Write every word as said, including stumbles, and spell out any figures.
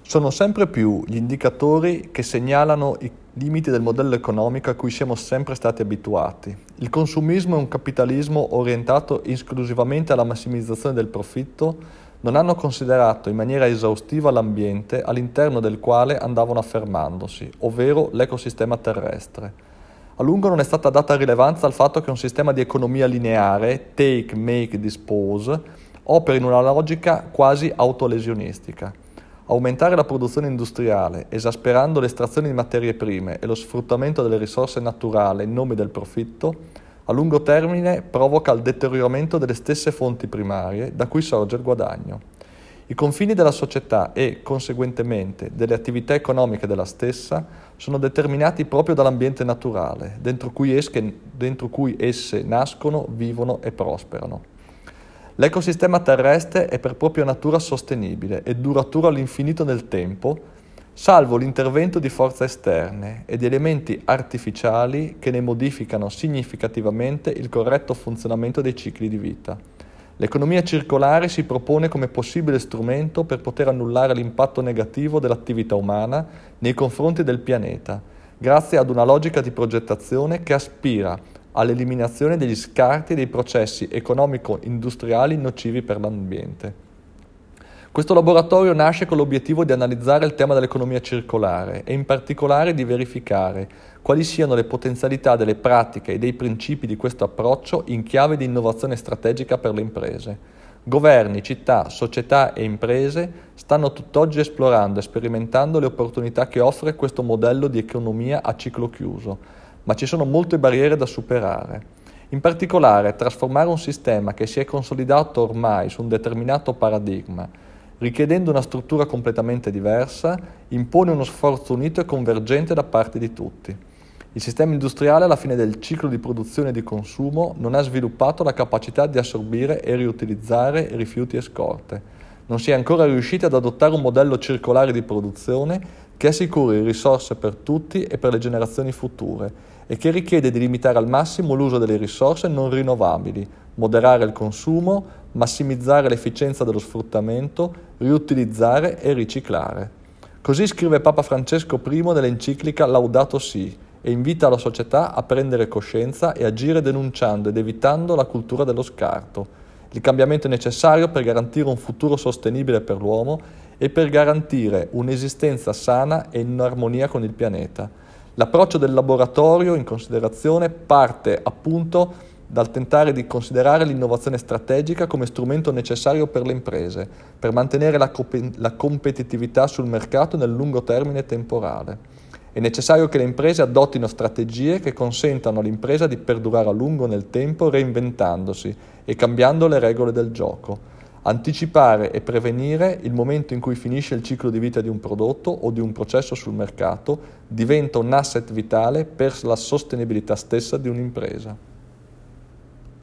Sono sempre più gli indicatori che segnalano i limiti del modello economico a cui siamo sempre stati abituati. Il consumismo e un capitalismo orientato esclusivamente alla massimizzazione del profitto non hanno considerato in maniera esaustiva l'ambiente all'interno del quale andavano affermandosi, ovvero l'ecosistema terrestre. A lungo non è stata data rilevanza al fatto che un sistema di economia lineare, take, make, dispose, opera in una logica quasi autolesionistica. Aumentare la produzione industriale, esasperando l'estrazione di materie prime e lo sfruttamento delle risorse naturali in nome del profitto, a lungo termine provoca il deterioramento delle stesse fonti primarie da cui sorge il guadagno. I confini della società e, conseguentemente, delle attività economiche della stessa sono determinati proprio dall'ambiente naturale, dentro cui, esche, dentro cui esse nascono, vivono e prosperano. L'ecosistema terrestre è per propria natura sostenibile e duraturo all'infinito nel tempo, salvo l'intervento di forze esterne e di elementi artificiali che ne modificano significativamente il corretto funzionamento dei cicli di vita. L'economia circolare si propone come possibile strumento per poter annullare l'impatto negativo dell'attività umana nei confronti del pianeta, grazie ad una logica di progettazione che aspira all'eliminazione degli scarti e dei processi economico-industriali nocivi per l'ambiente. Questo laboratorio nasce con l'obiettivo di analizzare il tema dell'economia circolare e in particolare di verificare quali siano le potenzialità delle pratiche e dei principi di questo approccio in chiave di innovazione strategica per le imprese. Governi, città, società e imprese stanno tutt'oggi esplorando e sperimentando le opportunità che offre questo modello di economia a ciclo chiuso, ma ci sono molte barriere da superare. In particolare, trasformare un sistema che si è consolidato ormai su un determinato paradigma, richiedendo una struttura completamente diversa, impone uno sforzo unito e convergente da parte di tutti. Il sistema industriale alla fine del ciclo di produzione e di consumo non ha sviluppato la capacità di assorbire e riutilizzare rifiuti e scorte. Non si è ancora riusciti ad adottare un modello circolare di produzione che assicuri risorse per tutti e per le generazioni future e che richiede di limitare al massimo l'uso delle risorse non rinnovabili, moderare il consumo, massimizzare l'efficienza dello sfruttamento, riutilizzare e riciclare. Così scrive Papa Francesco primo nell'enciclica Laudato Si e invita la società a prendere coscienza e agire denunciando ed evitando la cultura dello scarto. Il cambiamento è necessario per garantire un futuro sostenibile per l'uomo e per garantire un'esistenza sana e in armonia con il pianeta. L'approccio del laboratorio in considerazione parte appunto dal tentare di considerare l'innovazione strategica come strumento necessario per le imprese, per mantenere la, comp- la competitività sul mercato nel lungo termine temporale. È necessario che le imprese adottino strategie che consentano all'impresa di perdurare a lungo nel tempo reinventandosi e cambiando le regole del gioco. Anticipare e prevenire il momento in cui finisce il ciclo di vita di un prodotto o di un processo sul mercato diventa un asset vitale per la sostenibilità stessa di un'impresa.